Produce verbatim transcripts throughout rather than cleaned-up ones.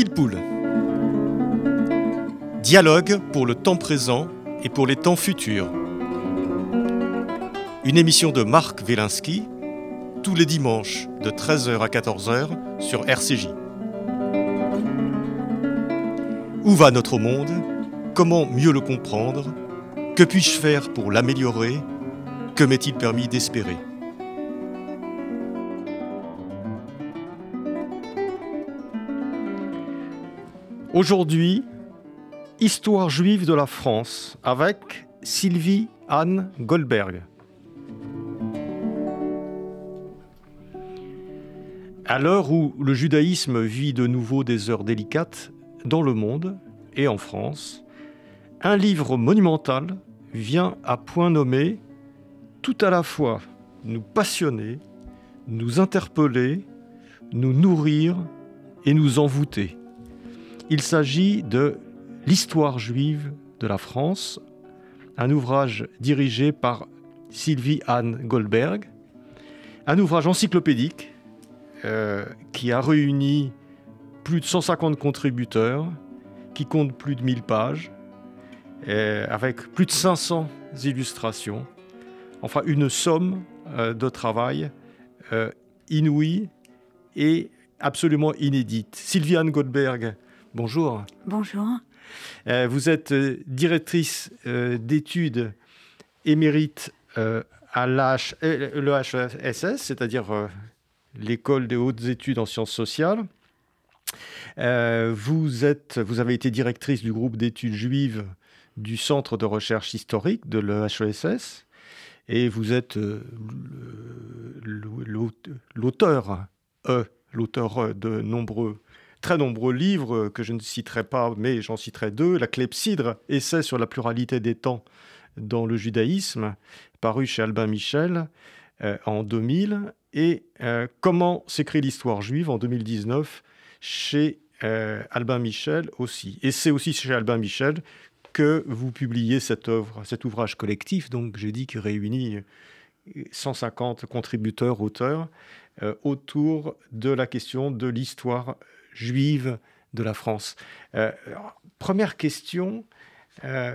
Pile Poule. Dialogue pour le temps présent et pour les temps futurs. Une émission de Marc Wielinski, tous les dimanches de treize heures à quatorze heures sur R C J. Où va notre monde ? Comment mieux le comprendre ? Que puis-je faire pour l'améliorer ? Que m'est-il permis d'espérer ? Aujourd'hui, Histoire juive de la France avec Sylvie Anne Goldberg. À l'heure où le judaïsme vit de nouveau des heures délicates dans le monde et en France, un livre monumental vient à point nommé tout à la fois nous passionner, nous interpeller, nous nourrir et nous envoûter. Il s'agit de L'Histoire juive de la France, un ouvrage dirigé par Sylvie Anne Goldberg, un ouvrage encyclopédique euh, qui a réuni plus de cent cinquante contributeurs, qui compte plus de mille pages, euh, avec plus de cinq cents illustrations. Enfin, une somme euh, de travail euh, inouïe et absolument inédite. Sylvie Anne Goldberg, bonjour. Bonjour. Euh, vous êtes euh, directrice euh, d'études émérite euh, à l'E H E S S, c'est-à-dire euh, l'École des hautes études en sciences sociales. Euh, vous, êtes, vous avez été directrice du groupe d'études juives du Centre de recherche historique de l'E H E S S et vous êtes euh, l'auteur, euh, l'auteur de nombreux très nombreux livres que je ne citerai pas, mais j'en citerai deux. La Clepsydre, essai sur la pluralité des temps dans le judaïsme, paru chez Albin Michel euh, en deux mille, et euh, Comment s'écrit l'histoire juive en deux mille dix-neuf chez euh, Albin Michel aussi. Et c'est aussi chez Albin Michel que vous publiez cette œuvre, cet ouvrage collectif, donc j'ai dit qu'il réunit cent cinquante contributeurs, auteurs, euh, autour de la question de l'histoire juive de la France. Euh, alors, première question, euh,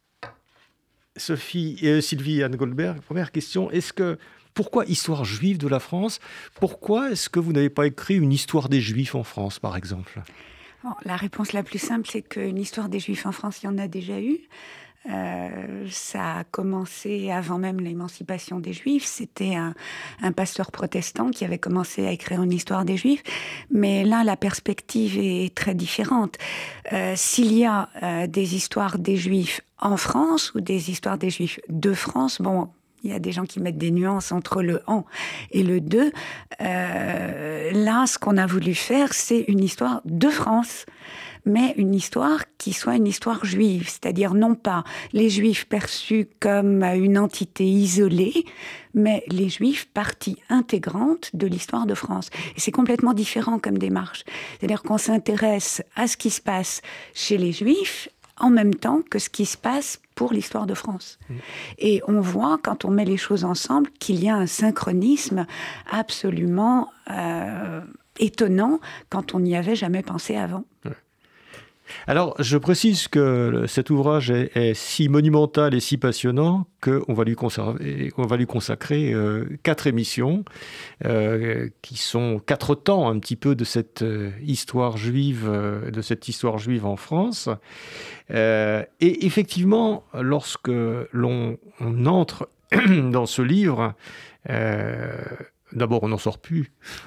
Sophie, euh, Sylvie Anne Goldberg, première question, est-ce que, pourquoi histoire juive de la France ? Pourquoi est-ce que vous n'avez pas écrit une histoire des Juifs en France, par exemple ? Bon, la réponse la plus simple, c'est qu'une histoire des Juifs en France, il y en a déjà eu. Euh, ça a commencé avant même l'émancipation des Juifs. C'était un, un pasteur protestant qui avait commencé à écrire une histoire des Juifs. Mais là, la perspective est très différente. Euh, s'il y a euh, des histoires des Juifs en France ou des histoires des Juifs de France, bon, il y a des gens qui mettent des nuances entre le « en » et le « de ». Euh, là, ce qu'on a voulu faire, c'est une histoire de France, mais une histoire qui soit une histoire juive, c'est-à-dire non pas les Juifs perçus comme une entité isolée, mais les Juifs partie intégrante de l'histoire de France. Et c'est complètement différent comme démarche. C'est-à-dire qu'on s'intéresse à ce qui se passe chez les Juifs en même temps que ce qui se passe pour l'histoire de France. Mmh. Et on voit, quand on met les choses ensemble, qu'il y a un synchronisme absolument euh, étonnant quand on n'y avait jamais pensé avant. Ouais. Alors, je précise que cet ouvrage est, est si monumental et si passionnant qu'on va lui, on va lui consacrer euh, quatre émissions, euh, qui sont quatre temps un petit peu de cette euh, histoire juive, euh, de cette histoire juive en France. Euh, et effectivement, lorsque l'on on entre dans ce livre, euh, d'abord, on n'en sort plus.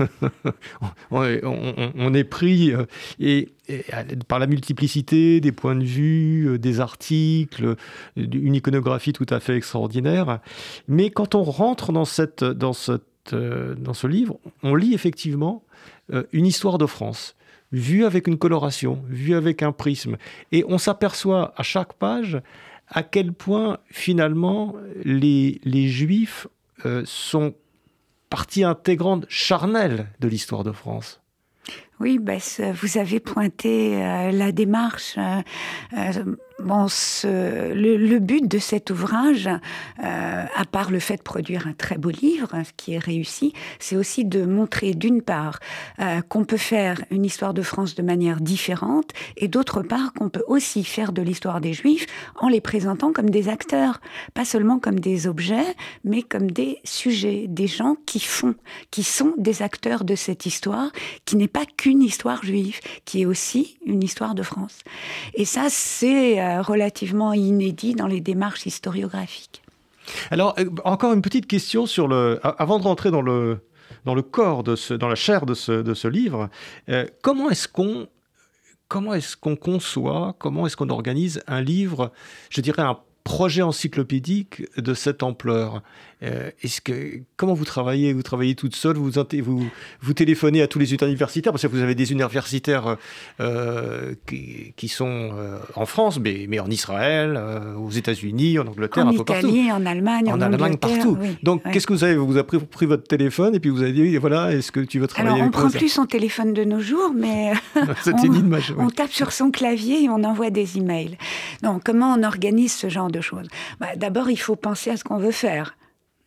on, est, on, on est pris euh, et, et, par la multiplicité des points de vue, euh, des articles, une iconographie tout à fait extraordinaire. Mais quand on rentre dans, cette, dans, cette, euh, dans ce livre, on lit effectivement euh, une histoire de France, vue avec une coloration, vue avec un prisme. Et on s'aperçoit à chaque page à quel point, finalement, les, les Juifs euh, sont partie intégrante, charnelle de l'histoire de France. Oui, ben, vous avez pointé euh, la démarche. Euh, euh, Bon, ce, le, le but de cet ouvrage, euh, à part le fait de produire un très beau livre, ce qui est réussi, c'est aussi de montrer d'une part euh, qu'on peut faire une histoire de France de manière différente et d'autre part qu'on peut aussi faire de l'histoire des Juifs en les présentant comme des acteurs, pas seulement comme des objets, mais comme des sujets, des gens qui font, qui sont des acteurs de cette histoire, qui n'est pas qu'une histoire juive, qui est aussi une histoire de France. Et ça, c'est euh, relativement inédit dans les démarches historiographiques. Alors, euh, encore une petite question sur le... Avant de rentrer dans le, dans le corps, de ce, dans la chair de ce, de ce livre, euh, comment est-ce qu'on... Comment est-ce qu'on conçoit, comment est-ce qu'on organise un livre, je dirais un projet encyclopédique de cette ampleur? euh, est-ce que, Comment vous travaillez? Vous travaillez toute seule, vous, vous, vous téléphonez à tous les universitaires, parce que vous avez des universitaires euh, qui, qui sont euh, en France, mais, mais en Israël, euh, aux États-Unis, en Angleterre, en un peu partout. En Italie, en Allemagne, en, en Allemagne, partout. Oui, Donc, ouais. Qu'est-ce que vous avez? Vous avez pris, pris votre téléphone et puis vous avez dit, voilà, est-ce que tu veux travailler Alors, avec on moi? ne prend plus son téléphone de nos jours, mais c'est on, une image, oui. on tape sur son clavier et on envoie des emails. Donc, comment on organise ce genre de choses? Bah, d'abord, il faut penser à ce qu'on veut faire.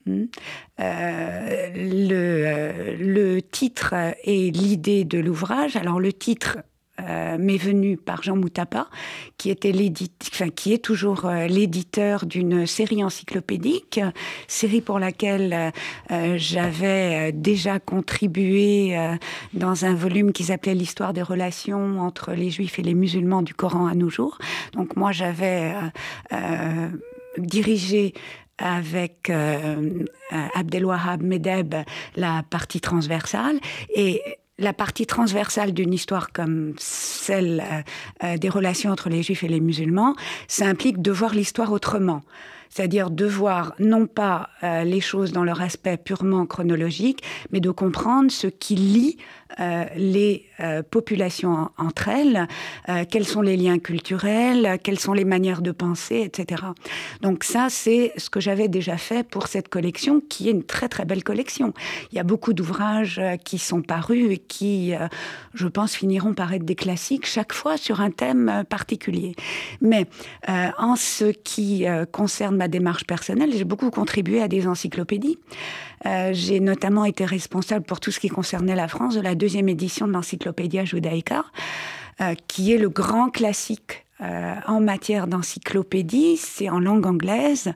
Euh, le, euh, le titre et l'idée de l'ouvrage. Alors, le titre euh, m'est venu par Jean Moutapa, qui, était enfin, qui est toujours euh, l'éditeur d'une série encyclopédique, série pour laquelle euh, j'avais déjà contribué euh, dans un volume qui s'appelait « L'histoire des relations entre les Juifs et les musulmans du Coran à nos jours ». Donc, moi, j'avais euh, euh, dirigé avec euh, Abdelwahab Medeb la partie transversale. Et la partie transversale d'une histoire comme celle euh, des relations entre les Juifs et les musulmans, ça implique de voir l'histoire autrement. C'est-à-dire de voir non pas euh, les choses dans leur aspect purement chronologique, mais de comprendre ce qui lie euh, les euh, populations en, entre elles, euh, quels sont les liens culturels, quelles sont les manières de penser, et cetera. Donc ça, c'est ce que j'avais déjà fait pour cette collection, qui est une très très belle collection. Il y a beaucoup d'ouvrages qui sont parus et qui, euh, je pense, finiront par être des classiques, chaque fois sur un thème particulier. Mais euh, en ce qui euh, concerne ma démarche personnelle, j'ai beaucoup contribué à des encyclopédies. Euh, j'ai notamment été responsable pour tout ce qui concernait la France de la deuxième édition de l'Encyclopédia Judaica, euh, qui est le grand classique euh, en matière d'encyclopédie. C'est en langue anglaise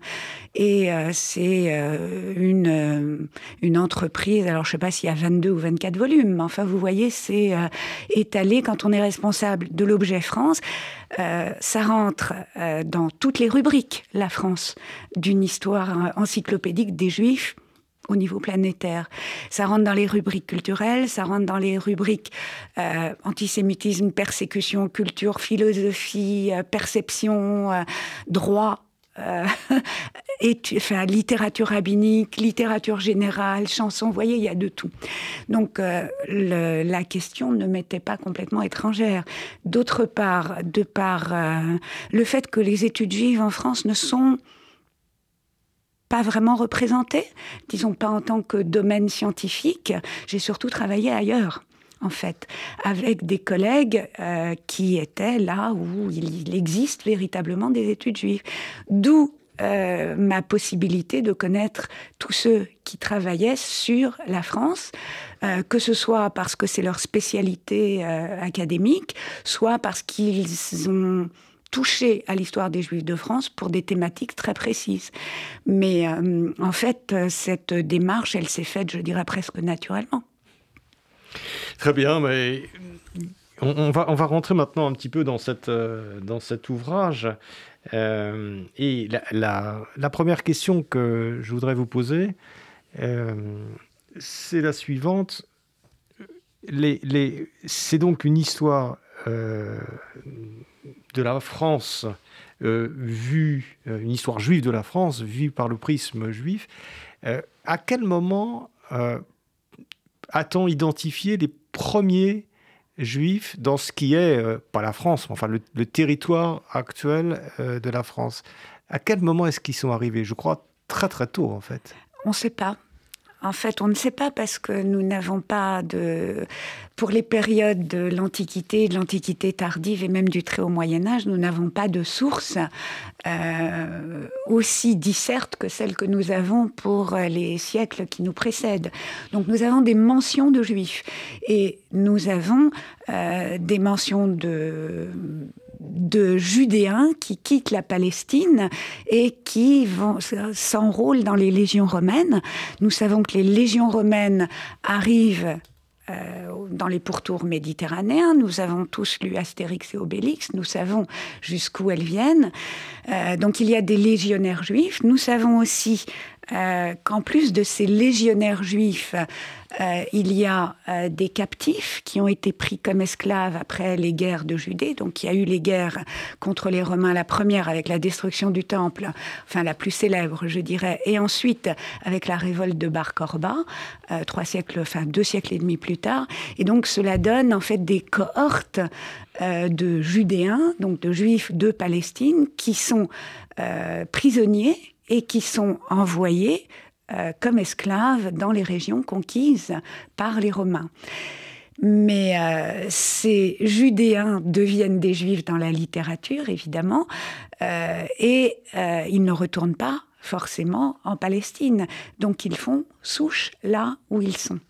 et euh, c'est euh, une, euh, une entreprise, alors je ne sais pas s'il y a vingt-deux ou vingt-quatre volumes, mais enfin vous voyez, c'est euh, étalé quand on est responsable de l'objet France. Euh, ça rentre euh, dans toutes les rubriques, la France, d'une histoire encyclopédique des Juifs au niveau planétaire. Ça rentre dans les rubriques culturelles, ça rentre dans les rubriques euh, antisémitisme, persécution, culture, philosophie, euh, perception, euh, droit, euh, et, enfin, littérature rabbinique, littérature générale, chansons, vous voyez, il y a de tout. Donc, euh, le, la question ne m'était pas complètement étrangère. D'autre part, de par euh, le fait que les études juives en France ne sont pas vraiment représentées, disons pas en tant que domaine scientifique, j'ai surtout travaillé ailleurs, en fait, avec des collègues euh, qui étaient là où il existe véritablement des études juives. D'où euh, ma possibilité de connaître tous ceux qui travaillaient sur la France, euh, que ce soit parce que c'est leur spécialité euh, académique, soit parce qu'ils ont touché à l'histoire des Juifs de France pour des thématiques très précises. Mais euh, en fait, cette démarche, elle s'est faite, je dirais, presque naturellement. Très bien, mais on, on, va, on va rentrer maintenant un petit peu dans, cette, euh, dans cet ouvrage. Euh, et la, la, la première question que je voudrais vous poser, euh, c'est la suivante. Les, les, c'est donc une histoire euh, de la France euh, vue, euh, une histoire juive de la France vue par le prisme juif. Euh, à quel moment euh, a-t-on identifié les premiers juifs dans ce qui est, euh, pas la France, mais enfin le, le territoire actuel euh, de la France? À quel moment est-ce qu'ils sont arrivés? Je crois très très tôt en fait. On ne sait pas. en fait, on ne sait pas parce que nous n'avons pas de... Pour les périodes de l'Antiquité, de l'Antiquité tardive et même du très haut Moyen-Âge, nous n'avons pas de sources euh, aussi discertes que celles que nous avons pour les siècles qui nous précèdent. Donc nous avons des mentions de Juifs et nous avons euh, des mentions de... de Judéens qui quittent la Palestine et qui vont, s'enrôlent dans les légions romaines. Nous savons que les légions romaines arrivent euh, dans les pourtours méditerranéens. Nous avons tous lu Astérix et Obélix. Nous savons jusqu'où elles viennent. Euh, donc il y a des légionnaires juifs. Nous savons aussi euh, qu'en plus de ces légionnaires juifs, Euh, il y a euh, des captifs qui ont été pris comme esclaves après les guerres de Judée. Donc il y a eu les guerres contre les Romains, la première avec la destruction du temple, enfin la plus célèbre je dirais, et ensuite avec la révolte de Bar Korba, euh, trois siècles, enfin deux siècles et demi plus tard. Et donc cela donne en fait des cohortes euh, de Judéens, donc de Juifs de Palestine, qui sont euh, prisonniers et qui sont envoyés Euh, comme esclaves dans les régions conquises par les Romains. Mais euh, ces Judéens deviennent des Juifs dans la littérature, évidemment, euh, et euh, ils ne retournent pas forcément en Palestine. Donc ils font souche là où ils sont.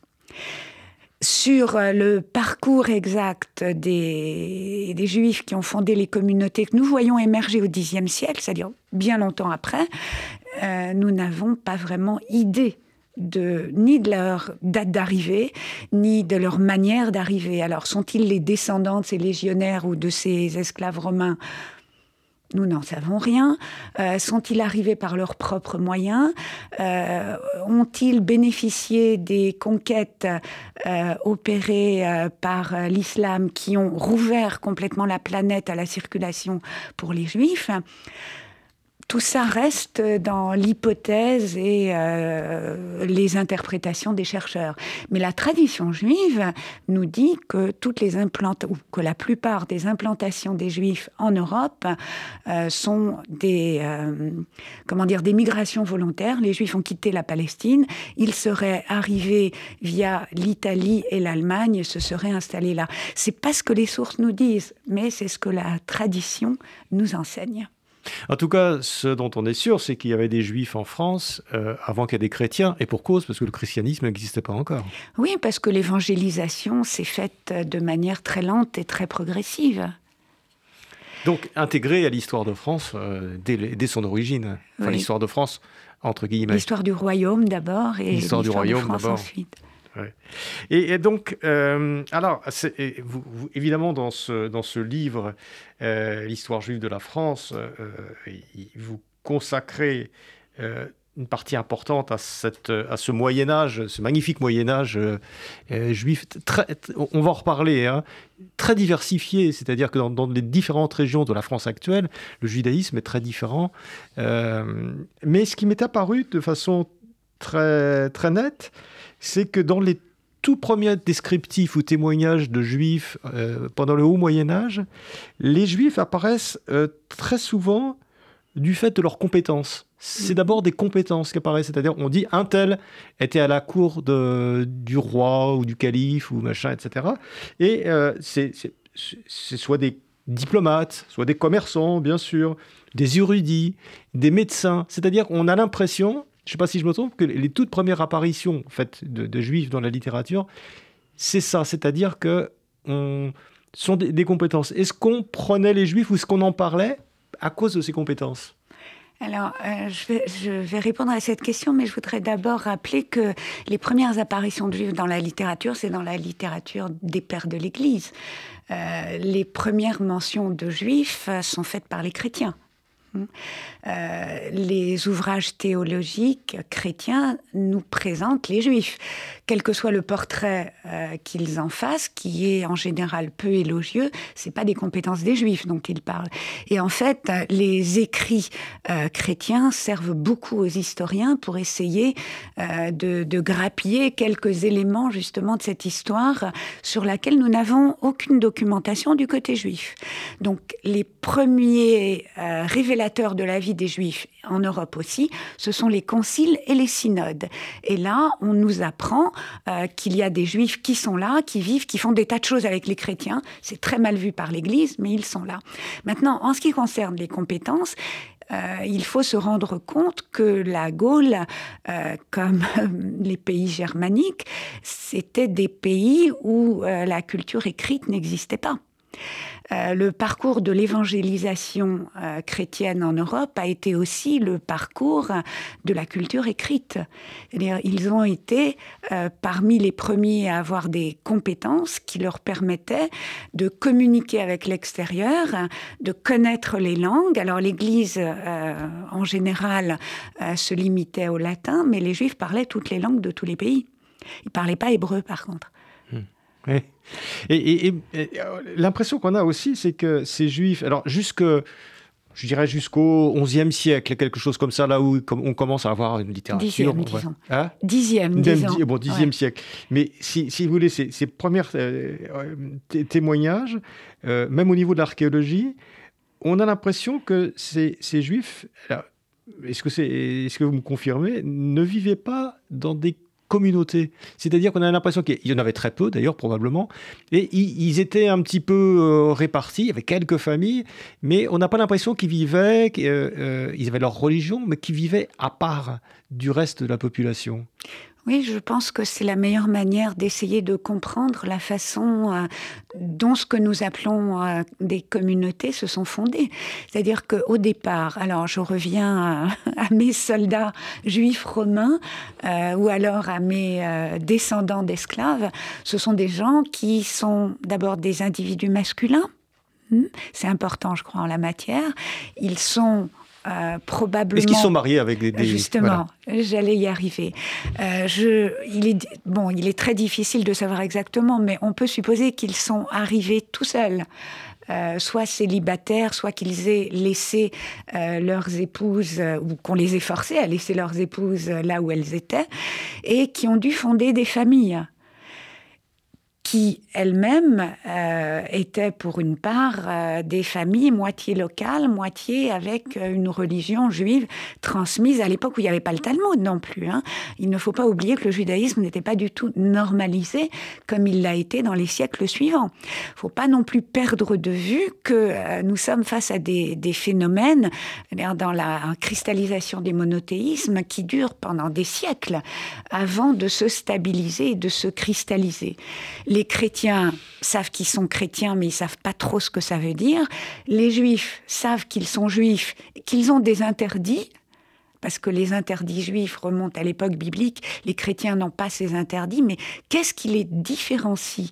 Sur le parcours exact des, des Juifs qui ont fondé les communautés que nous voyons émerger au Xe siècle, c'est-à-dire bien longtemps après, euh, nous n'avons pas vraiment idée de, ni de leur date d'arrivée, ni de leur manière d'arriver. Alors, sont-ils les descendants de ces légionnaires ou de ces esclaves romains ? Nous n'en savons rien. Euh, sont-ils arrivés par leurs propres moyens ? euh, Ont-ils bénéficié des conquêtes euh, opérées euh, par euh, l'islam qui ont rouvert complètement la planète à la circulation pour les Juifs ? Tout ça reste dans l'hypothèse et euh, les interprétations des chercheurs. Mais la tradition juive nous dit que toutes les implantations, ou que la plupart des implantations des Juifs en Europe euh, sont des, euh, comment dire, des migrations volontaires. Les Juifs ont quitté la Palestine, ils seraient arrivés via l'Italie et l'Allemagne et se seraient installés là. C'est pas ce que les sources nous disent, mais c'est ce que la tradition nous enseigne. En tout cas, ce dont on est sûr, c'est qu'il y avait des Juifs en France euh, avant qu'il y ait des chrétiens, et pour cause, parce que le christianisme n'existait pas encore. Oui, parce que l'évangélisation s'est faite de manière très lente et très progressive. Donc, intégrée à l'histoire de France euh, dès, dès son origine. Enfin, oui. L'histoire de France, entre guillemets. L'histoire du royaume d'abord, et l'histoire, l'histoire du royaume de France d'abord. Ensuite. Ouais. Et, et donc, euh, alors, c'est, et vous, vous, évidemment, dans ce, dans ce livre, euh, l'histoire juive de la France, euh, vous consacrez euh, une partie importante à, cette, à ce Moyen-Âge, ce magnifique Moyen-Âge euh, euh, juif. Très, on va en reparler, hein, très diversifié, c'est-à-dire que dans, dans les différentes régions de la France actuelle, le judaïsme est très différent. Euh, mais ce qui m'est apparu de façon très, très nette, c'est que dans les tout premiers descriptifs ou témoignages de Juifs euh, pendant le Haut Moyen-Âge, les Juifs apparaissent euh, très souvent du fait de leurs compétences. C'est d'abord des compétences qui apparaissent, c'est-à-dire on dit un tel était à la cour de, du roi ou du calife ou machin, et cetera. Et euh, c'est, c'est, c'est soit des diplomates, soit des commerçants, bien sûr, des érudits, des médecins. C'est-à-dire on a l'impression... Je ne sais pas si je me trompe, que les toutes premières apparitions en fait, de, de Juifs dans la littérature, c'est ça, c'est-à-dire que on, sont des, des compétences. Est-ce qu'on prenait les Juifs ou est-ce qu'on en parlait à cause de ces compétences ? Alors, euh, je, vais, je vais répondre à cette question, mais je voudrais d'abord rappeler que les premières apparitions de Juifs dans la littérature, c'est dans la littérature des pères de l'Église. Euh, les premières mentions de Juifs sont faites par les chrétiens. Euh, les ouvrages théologiques chrétiens nous présentent les Juifs, quel que soit le portrait euh, qu'ils en fassent, qui est en général peu élogieux, c'est pas des compétences des Juifs dont ils parlent. Et en fait, les écrits euh, chrétiens servent beaucoup aux historiens pour essayer euh, de, de grappiller quelques éléments justement de cette histoire sur laquelle nous n'avons aucune documentation du côté juif. Donc, les premiers euh, révélateurs révélateurs de la vie des Juifs, en Europe aussi, ce sont les conciles et les synodes. Et là, on nous apprend euh, qu'il y a des Juifs qui sont là, qui vivent, qui font des tas de choses avec les chrétiens. C'est très mal vu par l'Église, mais ils sont là. Maintenant, en ce qui concerne les compétences, Euh, il faut se rendre compte que la Gaule, euh, comme euh, les pays germaniques, c'était des pays où euh, la culture écrite n'existait pas. Euh, le parcours de l'évangélisation euh, chrétienne en Europe a été aussi le parcours de la culture écrite. C'est-à-dire, ils ont été euh, parmi les premiers à avoir des compétences qui leur permettaient de communiquer avec l'extérieur, de connaître les langues. Alors l'Église, euh, en général, euh, se limitait au latin, mais les Juifs parlaient toutes les langues de tous les pays. Ils ne parlaient pas hébreu, par contre. Oui. Et, et, et, et l'impression qu'on a aussi, c'est que ces Juifs, alors jusque, je dirais jusqu'au onzième siècle, quelque chose comme ça, là où on commence à avoir une littérature. Dixième, disons. Hein dixième, disons. Bon, dixième ouais. siècle. Mais si, si vous voulez, ces, ces premiers euh, t- témoignages, euh, même au niveau de l'archéologie, on a l'impression que ces, ces Juifs, alors, est-ce que c'est, est-ce que vous me confirmez, ne vivaient pas dans des communauté. C'est-à-dire qu'on a l'impression qu'il y en avait très peu, d'ailleurs, probablement, et ils étaient un petit peu euh, répartis, avec quelques familles, mais on n'a pas l'impression qu'ils vivaient, qu'ils euh, avaient leur religion, mais qu'ils vivaient à part du reste de la population. Oui, je pense que c'est la meilleure manière d'essayer de comprendre la façon euh, dont ce que nous appelons euh, des communautés se sont fondées. C'est-à-dire qu'au départ, alors je reviens à, à mes soldats juifs romains euh, ou alors à mes euh, descendants d'esclaves, ce sont des gens qui sont d'abord des individus masculins. C'est important, je crois, en la matière. Ils sont Euh, probablement... Est-ce qu'ils sont mariés avec des... des... Justement, voilà. J'allais y arriver. Euh, je, il, est, bon, il est très difficile de savoir exactement, mais on peut supposer qu'ils sont arrivés tout seuls. Euh, soit célibataires, soit qu'ils aient laissé euh, leurs épouses, euh, ou qu'on les ait forcés à laisser leurs épouses là où elles étaient, et qui ont dû fonder des familles qui elles-mêmes euh, étaient pour une part euh, des familles moitié locales, moitié avec euh, une religion juive transmise à l'époque où il n'y avait pas le Talmud non plus. Hein. Il ne faut pas oublier que le judaïsme n'était pas du tout normalisé comme il l'a été dans les siècles suivants. Il ne faut pas non plus perdre de vue que euh, nous sommes face à des, des phénomènes dans la cristallisation des monothéismes qui durent pendant des siècles avant de se stabiliser et de se cristalliser. Les chrétiens savent qu'ils sont chrétiens, mais ils ne savent pas trop ce que ça veut dire. Les juifs savent qu'ils sont juifs, qu'ils ont des interdits, parce que les interdits juifs remontent à l'époque biblique. Les chrétiens n'ont pas ces interdits, mais qu'est-ce qui les différencie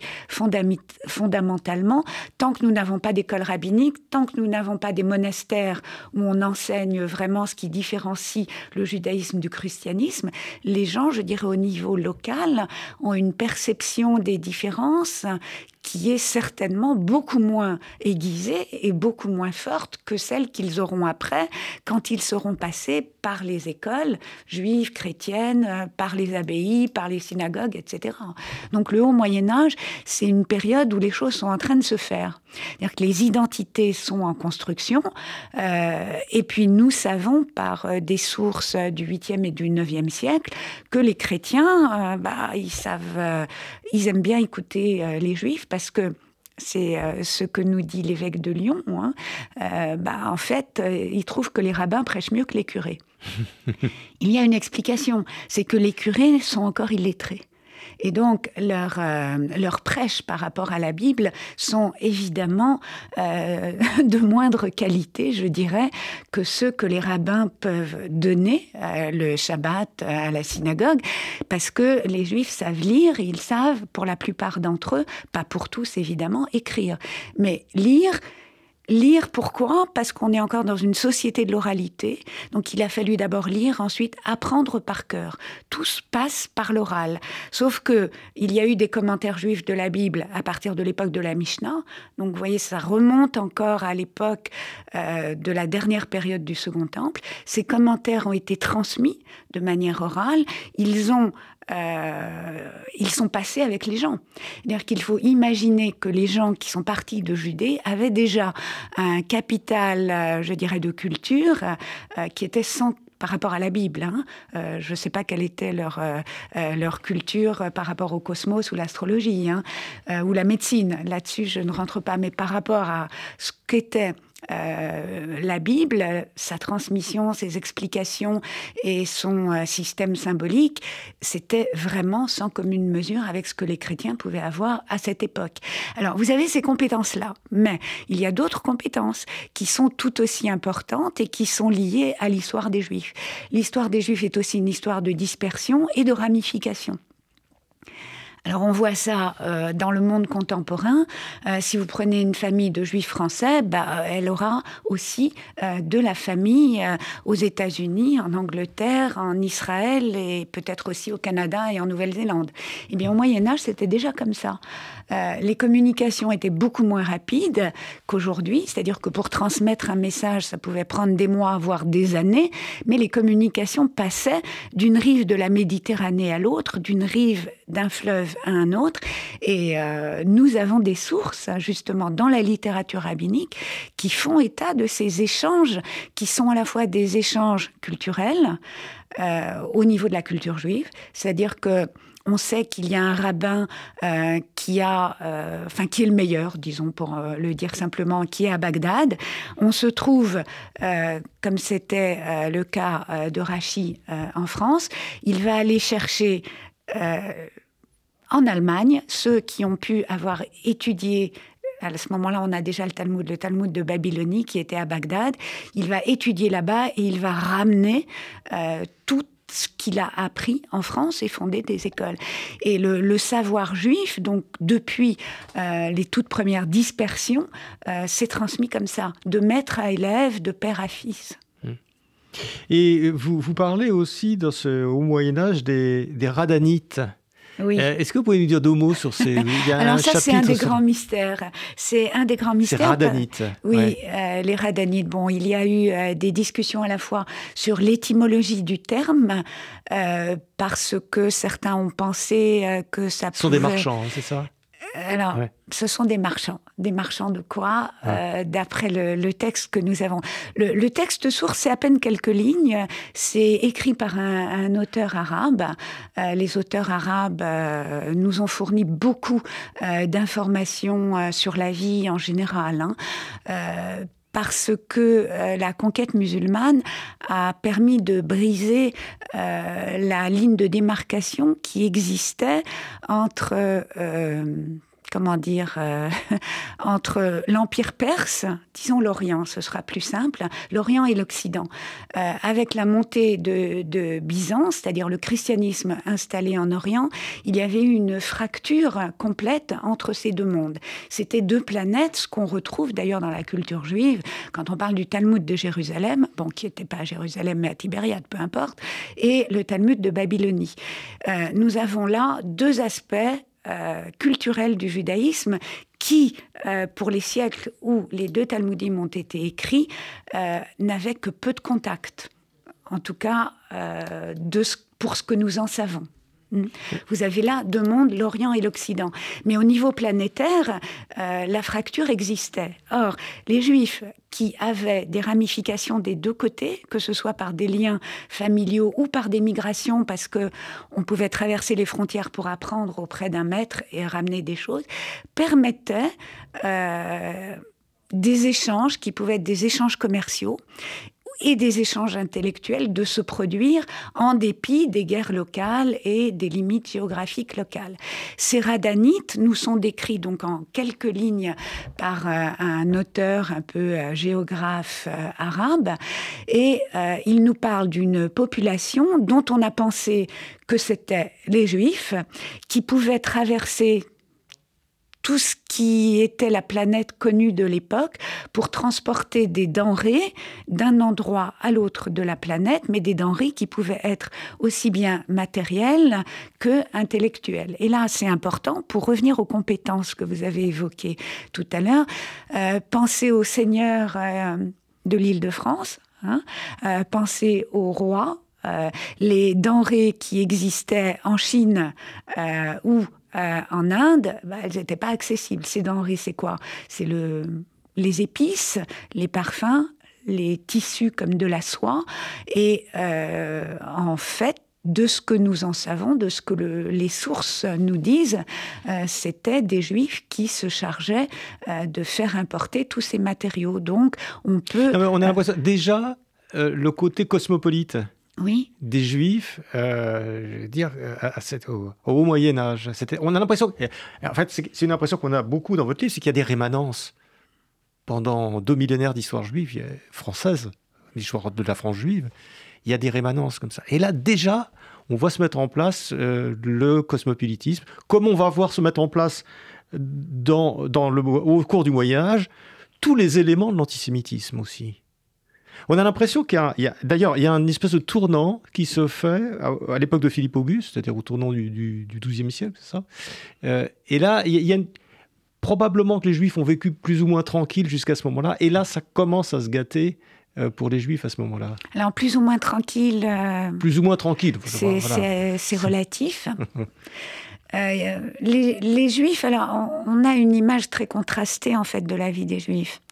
fondamentalement? Tant que nous n'avons pas d'école rabbinique, tant que nous n'avons pas des monastères où on enseigne vraiment ce qui différencie le judaïsme du christianisme, les gens, je dirais au niveau local, ont une perception des différences qui est certainement beaucoup moins aiguisée et beaucoup moins forte que celle qu'ils auront après quand ils seront passés par les écoles juives, chrétiennes, par les abbayes, par les synagogues, et cetera. Donc le Haut Moyen-Âge, c'est une période où les choses sont en train de se faire. C'est-à-dire que les identités sont en construction, euh, et puis nous savons par euh, des sources du huitième et du neuvième siècle que les chrétiens, euh, bah, ils savent, euh, ils aiment bien écouter euh, les juifs parce que c'est euh, ce que nous dit l'évêque de Lyon. Hein. Euh, bah, en fait, euh, il trouve que les rabbins prêchent mieux que les curés. Il y a une explication, c'est que les curés sont encore illettrés. Et donc, leurs euh, leur prêches par rapport à la Bible sont évidemment euh, de moindre qualité, je dirais, que ceux que les rabbins peuvent donner euh, le Shabbat à la synagogue, parce que les Juifs savent lire, et ils savent, pour la plupart d'entre eux, pas pour tous évidemment, écrire. Mais lire... Lire, pourquoi? Parce qu'on est encore dans une société de l'oralité. Donc, il a fallu d'abord lire, ensuite apprendre par cœur. Tout se passe par l'oral. Sauf que il y a eu des commentaires juifs de la Bible à partir de l'époque de la Mishnah. Donc, vous voyez, ça remonte encore à l'époque euh, de la dernière période du Second Temple. Ces commentaires ont été transmis de manière orale. Ils ont Euh, ils sont passés avec les gens. C'est-à-dire qu'il faut imaginer que les gens qui sont partis de Judée avaient déjà un capital, euh, je dirais, de culture euh, qui était sans par rapport à la Bible. Hein. Euh, je ne sais pas quelle était leur, euh, euh, leur culture par rapport au cosmos ou l'astrologie, hein, euh, ou la médecine. Là-dessus, je ne rentre pas. Mais par rapport à ce qu'était euh, la Bible, sa transmission, ses explications et son euh, système symbolique, c'était vraiment sans commune mesure avec ce que les chrétiens pouvaient avoir à cette époque. Alors, vous avez ces compétences-là, mais il y a d'autres compétences qui sont tout aussi importantes et qui sont liées à l'histoire des Juifs. L'histoire des Juifs est aussi une histoire de dispersion et de ramification. Alors on voit ça euh, dans le monde contemporain. Euh, si vous prenez une famille de juifs français, bah, elle aura aussi euh, de la famille euh, aux États-Unis, en Angleterre, en Israël et peut-être aussi au Canada et en Nouvelle-Zélande. Eh bien au Moyen-Âge, c'était déjà comme ça. Euh, les communications étaient beaucoup moins rapides qu'aujourd'hui, c'est-à-dire que pour transmettre un message, ça pouvait prendre des mois, voire des années, mais les communications passaient d'une rive de la Méditerranée à l'autre, d'une rive d'un fleuve à un autre, et euh, nous avons des sources, justement, dans la littérature rabbinique, qui font état de ces échanges, qui sont à la fois des échanges culturels, euh, au niveau de la culture juive, c'est-à-dire que on sait qu'il y a un rabbin euh, qui a, euh, enfin qui est le meilleur, disons pour euh, le dire simplement, qui est à Bagdad. On se trouve, euh, comme c'était euh, le cas euh, de Rachi euh, en France, il va aller chercher euh, en Allemagne ceux qui ont pu avoir étudié. À ce moment-là, on a déjà le Talmud, le Talmud de Babylonie qui était à Bagdad. Il va étudier là-bas et il va ramener euh, tout ce qu'il a appris en France et fonder des écoles. Et le, le savoir juif, donc depuis euh, les toutes premières dispersions, euh, s'est transmis comme ça, de maître à élève, de père à fils. Et vous, vous parlez aussi dans ce, au Moyen-Âge des, des Radhanites. Oui. Euh, est-ce que vous pouvez nous dire deux mots sur ces... Il y a Alors un ça, c'est un des sur... grands mystères. C'est un des grands mystères. C'est Radhanites. Oui, ouais. euh, les Radhanites. Bon, il y a eu euh, des discussions à la fois sur l'étymologie du terme, euh, parce que certains ont pensé euh, que ça pouvait... Ce sont des marchands, hein, c'est ça ? Alors, ouais. Ce sont des marchands. Des marchands de quoi ouais. euh, D'après le, le texte que nous avons. Le, le texte source, c'est à peine quelques lignes. C'est écrit par un, un auteur arabe. Euh, les auteurs arabes euh, nous ont fourni beaucoup euh, d'informations euh, sur la vie en général. Hein. Euh, parce que euh, la conquête musulmane a permis de briser euh, la ligne de démarcation qui existait entre, euh, comment dire, euh, entre l'Empire perse, disons l'Orient, ce sera plus simple, l'Orient et l'Occident. Euh, avec la montée de, de Byzance, c'est-à-dire le christianisme installé en Orient, il y avait eu une fracture complète entre ces deux mondes. C'était deux planètes, ce qu'on retrouve d'ailleurs dans la culture juive, quand on parle du Talmud de Jérusalem, bon, qui n'était pas à Jérusalem, mais à Tibériade, peu importe, et le Talmud de Babylonie. Euh, nous avons là deux aspects euh, culturels du judaïsme qui, euh, pour les siècles où les deux Talmudim ont été écrits, euh, n'avaient que peu de contact, en tout cas euh, de ce, pour ce que nous en savons. Vous avez là deux mondes, l'Orient et l'Occident. Mais au niveau planétaire, euh, la fracture existait. Or, les Juifs qui avaient des ramifications des deux côtés, que ce soit par des liens familiaux ou par des migrations, parce qu'on pouvait traverser les frontières pour apprendre auprès d'un maître et ramener des choses, permettaient euh, des échanges qui pouvaient être des échanges commerciaux, et des échanges intellectuels de se produire en dépit des guerres locales et des limites géographiques locales. Ces Radhanites nous sont décrits donc en quelques lignes par euh, un auteur un peu euh, géographe euh, arabe, et euh, il nous parle d'une population dont on a pensé que c'était les Juifs, qui pouvaient traverser tout ce qui était la planète connue de l'époque pour transporter des denrées d'un endroit à l'autre de la planète, mais des denrées qui pouvaient être aussi bien matérielles que intellectuelles. Et là, c'est important pour revenir aux compétences que vous avez évoquées tout à l'heure. Euh, pensez aux seigneurs euh, de l'Île-de-France, hein, euh, pensez aux rois, euh, les denrées qui existaient en Chine euh, ou Euh, en Inde, bah, elles n'étaient pas accessibles. Ces denrées, c'est quoi ? C'est le les épices, les parfums, les tissus comme de la soie. Et euh, en fait, de ce que nous en savons, de ce que le, les sources nous disent, euh, c'était des Juifs qui se chargeaient euh, de faire importer tous ces matériaux. Donc, on peut... Non, on a l'impression, déjà, euh, le côté cosmopolite oui. des Juifs, euh, je veux dire, à, à cette, au, au haut Moyen-Âge. C'était, on a l'impression... En fait, c'est, c'est une impression qu'on a beaucoup dans votre livre, c'est qu'il y a des rémanences. Pendant deux millénaires d'histoire juive française, l'histoire de la France juive, il y a des rémanences comme ça. Et là, déjà, on voit se mettre en place euh, le cosmopolitisme, comme on va voir se mettre en place dans, dans le, au cours du Moyen-Âge tous les éléments de l'antisémitisme aussi. On a l'impression qu'il y a, il y a d'ailleurs, il y a une espèce de tournant qui se fait à, à l'époque de Philippe Auguste, c'est-à-dire au tournant du, du, du douzième siècle, c'est ça. Euh, et là, il y a, il y a une, probablement que les Juifs ont vécu plus ou moins tranquilles jusqu'à ce moment-là, et là, ça commence à se gâter euh, pour les Juifs à ce moment-là. Alors, plus ou moins tranquille... Euh, plus ou moins tranquille. C'est, voilà. c'est, c'est relatif. euh, les, les Juifs, alors, on, on a une image très contrastée, en fait, de la vie des Juifs.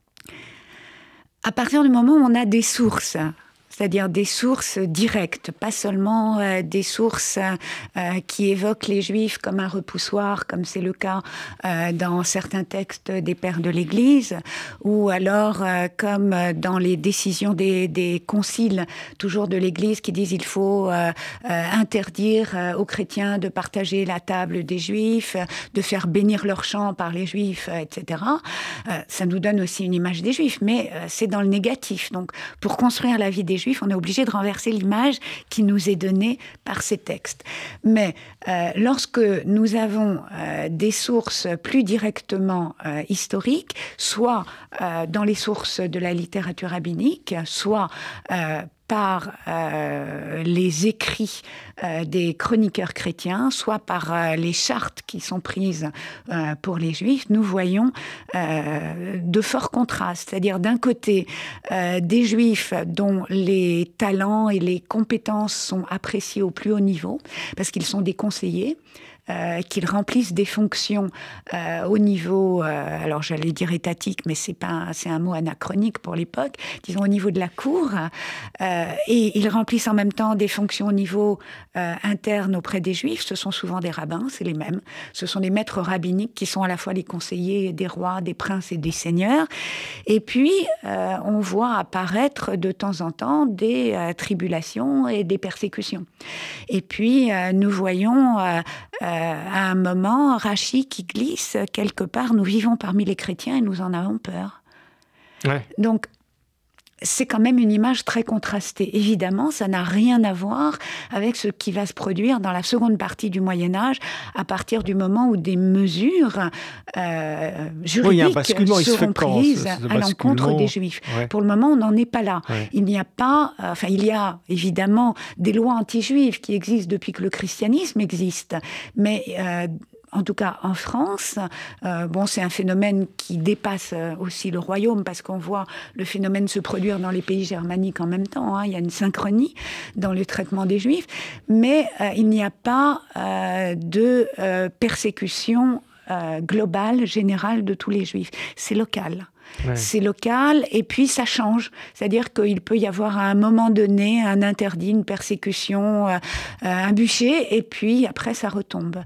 À partir du moment où on a des sources, c'est-à-dire des sources directes, pas seulement euh, des sources euh, qui évoquent les Juifs comme un repoussoir, comme c'est le cas euh, dans certains textes des pères de l'Église, ou alors euh, comme dans les décisions des, des conciles, toujours de l'Église, qui disent il faut euh, euh, interdire euh, aux chrétiens de partager la table des Juifs, de faire bénir leurs champs par les Juifs, euh, et cetera. Euh, ça nous donne aussi une image des Juifs, mais euh, c'est dans le négatif. Donc, pour construire la vie des Juifs, on est obligé de renverser l'image qui nous est donnée par ces textes. Mais euh, lorsque nous avons euh, des sources plus directement euh, historiques, soit euh, dans les sources de la littérature rabbinique, soit euh, par euh, les écrits euh, des chroniqueurs chrétiens, soit par euh, les chartes qui sont prises euh, pour les Juifs, nous voyons euh, de forts contrastes. C'est-à-dire d'un côté, euh, des Juifs dont les talents et les compétences sont appréciés au plus haut niveau, parce qu'ils sont des conseillers, Euh, qu'ils remplissent des fonctions euh, au niveau, euh, alors j'allais dire étatique, mais c'est pas, c'est un mot anachronique pour l'époque, disons au niveau de la cour, euh, et ils remplissent en même temps des fonctions au niveau euh, interne auprès des Juifs. Ce sont souvent des rabbins, c'est les mêmes. Ce sont des maîtres rabbiniques qui sont à la fois les conseillers des rois, des princes et des seigneurs. Et puis, euh, on voit apparaître de temps en temps des euh, tribulations et des persécutions. Et puis, euh, nous voyons euh, euh, à un moment Rachi qui glisse quelque part. Nous vivons parmi les chrétiens et nous en avons peur. Ouais. Donc, c'est quand même une image très contrastée. Évidemment, ça n'a rien à voir avec ce qui va se produire dans la seconde partie du Moyen-Âge, à partir du moment où des mesures euh, juridiques oui, seront prises à l'encontre des Juifs. Ouais. Pour le moment, on n'en est pas là. Ouais. Il n'y a pas... Euh, enfin, il y a évidemment des lois anti-juives qui existent depuis que le christianisme existe, mais... Euh, En tout cas, en France, euh, bon, c'est un phénomène qui dépasse euh, aussi le royaume, parce qu'on voit le phénomène se produire dans les pays germaniques en même temps. Hein. Il y a une synchronie dans le traitement des Juifs, mais euh, il n'y a pas euh, de euh, persécution euh, globale, générale de tous les Juifs. C'est local. Ouais. C'est local, et puis ça change. C'est-à-dire qu'il peut y avoir à un moment donné un interdit, une persécution, euh, un bûcher, et puis après ça retombe.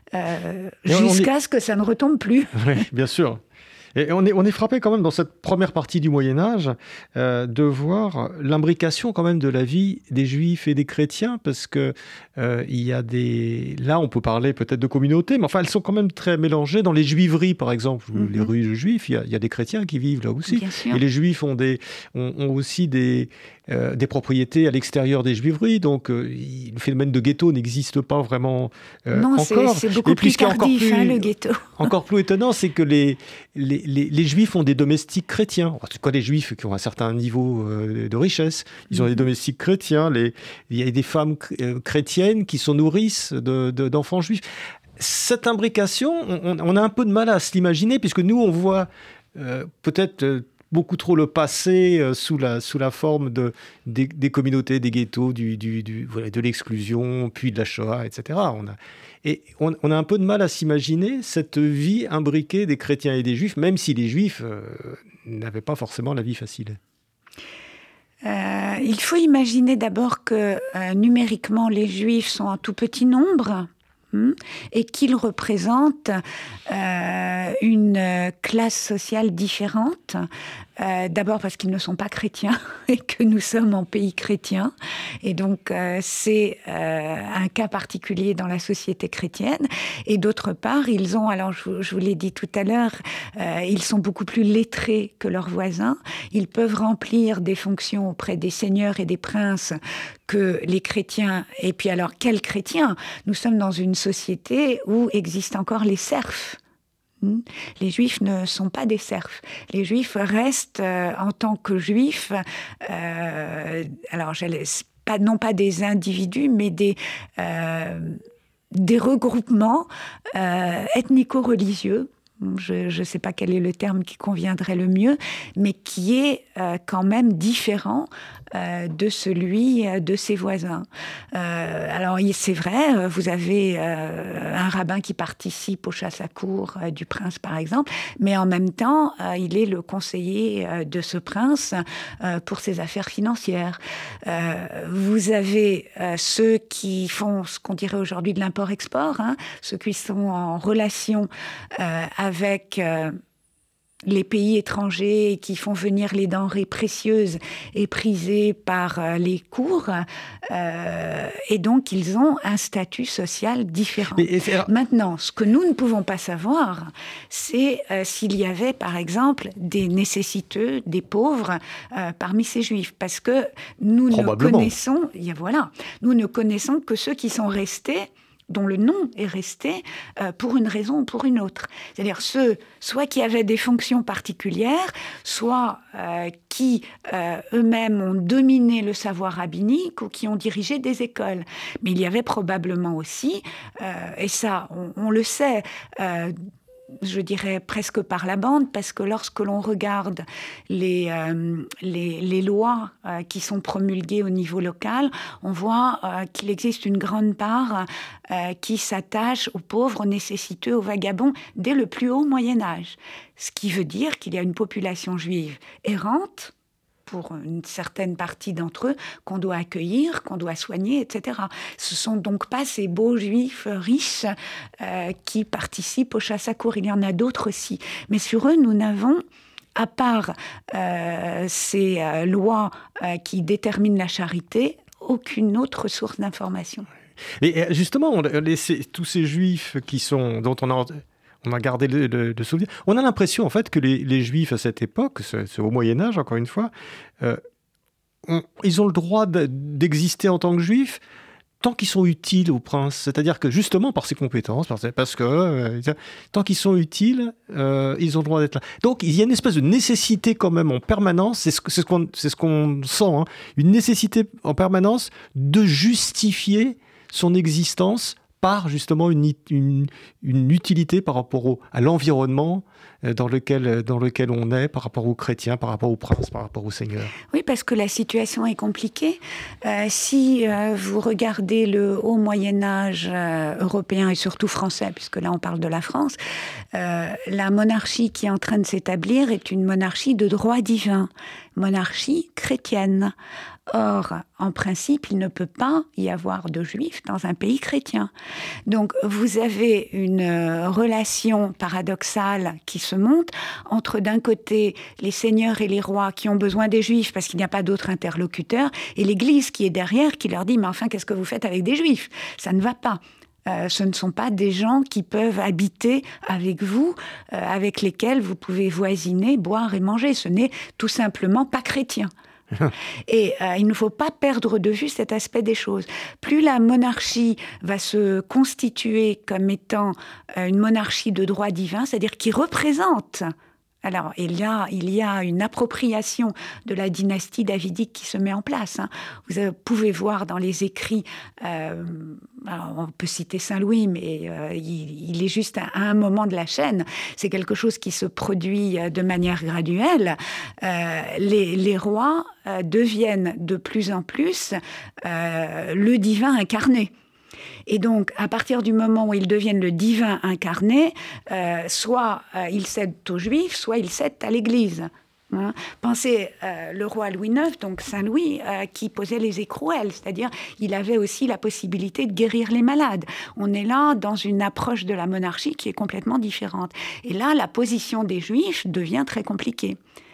Euh, jusqu'à est... ce que ça ne retombe plus. Oui, bien sûr. Et on est, on est frappé quand même dans cette première partie du Moyen-Âge euh, de voir l'imbrication quand même de la vie des Juifs et des chrétiens, parce que euh, il y a des... Là, on peut parler peut-être de communautés, mais enfin, elles sont quand même très mélangées. Dans les juiveries, par exemple, mm-hmm. les rues juives, il y, a, il y a des chrétiens qui vivent là aussi. Et les Juifs ont, des, ont, ont aussi des... Euh, des propriétés à l'extérieur des juiveries, donc euh, le phénomène de ghetto n'existe pas vraiment euh, non, encore. C'est, c'est beaucoup plus tardif, plus, hein, le ghetto. Encore plus étonnant, c'est que les, les, les, les juifs ont des domestiques chrétiens. En tout cas, les juifs qui ont un certain niveau euh, de richesse, ils ont mmh. des domestiques chrétiens. Les, il y a des femmes chrétiennes qui sont nourrices de, de, d'enfants juifs. Cette imbrication, on, on a un peu de mal à se l'imaginer, puisque nous, on voit euh, peut-être... Euh, beaucoup trop le passé euh, sous, la, sous la forme de, des, des communautés, des ghettos, du, du, du, voilà, de l'exclusion, puis de la Shoah, et cetera. On a, et on, on a un peu de mal à s'imaginer cette vie imbriquée des chrétiens et des juifs, même si les juifs euh, n'avaient pas forcément la vie facile. Euh, il faut imaginer d'abord que euh, numériquement, les juifs sont en tout petit nombre. Et qu'ils représentent euh, une classe sociale différente. Euh, d'abord parce qu'ils ne sont pas chrétiens et que nous sommes en pays chrétien. Et donc, euh, c'est euh, un cas particulier dans la société chrétienne. Et d'autre part, ils ont, alors je, je vous l'ai dit tout à l'heure, euh, ils sont beaucoup plus lettrés que leurs voisins. Ils peuvent remplir des fonctions auprès des seigneurs et des princes que les chrétiens. Et puis alors, quels chrétiens ? Nous sommes dans une société où existent encore les serfs. Les juifs ne sont pas des serfs. Les juifs restent euh, en tant que juifs, euh, alors pas, non pas des individus, mais des, euh, des regroupements euh, ethnico-religieux. Je ne sais pas quel est le terme qui conviendrait le mieux, mais qui est euh, quand même différent euh, de celui euh, de ses voisins. Euh, alors, c'est vrai, vous avez euh, un rabbin qui participe aux chasses à cour euh, du prince, par exemple, mais en même temps, euh, il est le conseiller euh, de ce prince euh, pour ses affaires financières. Euh, vous avez euh, ceux qui font ce qu'on dirait aujourd'hui de l'import-export, hein, ceux qui sont en relation euh, avec euh, les pays étrangers qui font venir les denrées précieuses et prisées par euh, les cours, euh, et donc ils ont un statut social différent. Mais, et Maintenant, ce que nous ne pouvons pas savoir, c'est euh, s'il y avait, par exemple, des nécessiteux, des pauvres euh, parmi ces juifs, parce que nous ne connaissons, voilà, nous ne connaissons que ceux qui sont restés, dont le nom est resté euh, pour une raison ou pour une autre. C'est-à-dire ceux, soit qui avaient des fonctions particulières, soit euh, qui euh, eux-mêmes ont dominé le savoir rabbinique ou qui ont dirigé des écoles. Mais il y avait probablement aussi, euh, et ça on, on le sait, euh, je dirais presque par la bande, parce que lorsque l'on regarde les, euh, les, les lois euh, qui sont promulguées au niveau local, on voit euh, qu'il existe une grande part euh, qui s'attache aux pauvres, aux nécessiteux, aux vagabonds, dès le plus haut Moyen-Âge. Ce qui veut dire qu'il y a une population juive errante, pour une certaine partie d'entre eux, qu'on doit accueillir, qu'on doit soigner, et cetera. Ce ne sont donc pas ces beaux juifs riches euh, qui participent aux chasses à cour. Il y en a d'autres aussi. Mais sur eux, nous n'avons, à part euh, ces euh, lois euh, qui déterminent la charité, aucune autre source d'information. Et justement, on, les, ces, tous ces juifs qui sont, dont on a... On a gardé le, le, le souvenir. On a l'impression, en fait, que les, les Juifs, à cette époque, c'est, c'est au Moyen-Âge, encore une fois, euh, on, ils ont le droit de, d'exister en tant que Juifs tant qu'ils sont utiles au prince. C'est-à-dire que, justement, par ses compétences, parce, parce que euh, tant qu'ils sont utiles, euh, ils ont le droit d'être là. Donc, il y a une espèce de nécessité, quand même, en permanence, c'est ce, c'est ce, qu'on, c'est ce qu'on sent, hein, une nécessité en permanence de justifier son existence par justement une, une, une utilité par rapport au, à l'environnement dans lequel, dans lequel on est, par rapport aux chrétiens, par rapport aux princes, par rapport aux seigneurs. Oui, parce que la situation est compliquée. Euh, si euh, vous regardez le haut Moyen-Âge euh, européen et surtout français, puisque là on parle de la France, euh, la monarchie qui est en train de s'établir est une monarchie de droit divin, monarchie chrétienne. Or, en principe, il ne peut pas y avoir de juifs dans un pays chrétien. Donc, vous avez une relation paradoxale qui se monte entre, d'un côté, les seigneurs et les rois qui ont besoin des juifs parce qu'il n'y a pas d'autres interlocuteurs, et l'Église qui est derrière, qui leur dit « Mais enfin, qu'est-ce que vous faites avec des juifs ? Ça ne va pas ». Euh, ce ne sont pas des gens qui peuvent habiter avec vous, euh, avec lesquels vous pouvez voisiner, boire et manger. Ce n'est tout simplement pas chrétien. Et euh, il ne faut pas perdre de vue cet aspect des choses. Plus la monarchie va se constituer comme étant euh, une monarchie de droit divin, c'est-à-dire qui représente Alors, il y, a, il y a une appropriation de la dynastie davidique qui se met en place. Hein. Vous pouvez voir dans les écrits, euh, alors on peut citer Saint Louis, mais euh, il, il est juste à, à un moment de la chaîne. C'est quelque chose qui se produit de manière graduelle. Euh, les, les rois euh, deviennent de plus en plus euh, le divin incarné. Et donc, à partir du moment où ils deviennent le divin incarné, euh, soit euh, ils cèdent aux Juifs, soit ils cèdent à l'Église. Hein. Pensez euh, le roi Louis neuf, donc Saint Louis, euh, qui posait les écrouelles, c'est-à-dire il avait aussi la possibilité de guérir les malades. On est là dans une approche de la monarchie qui est complètement différente. Et là, la position des Juifs devient très compliquée.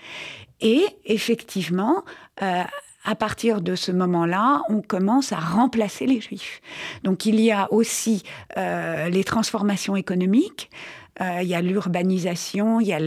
Et effectivement, euh, à partir de ce moment-là, on commence à remplacer les Juifs. Donc il y a aussi euh, les transformations économiques, euh, il y a l'urbanisation, il y a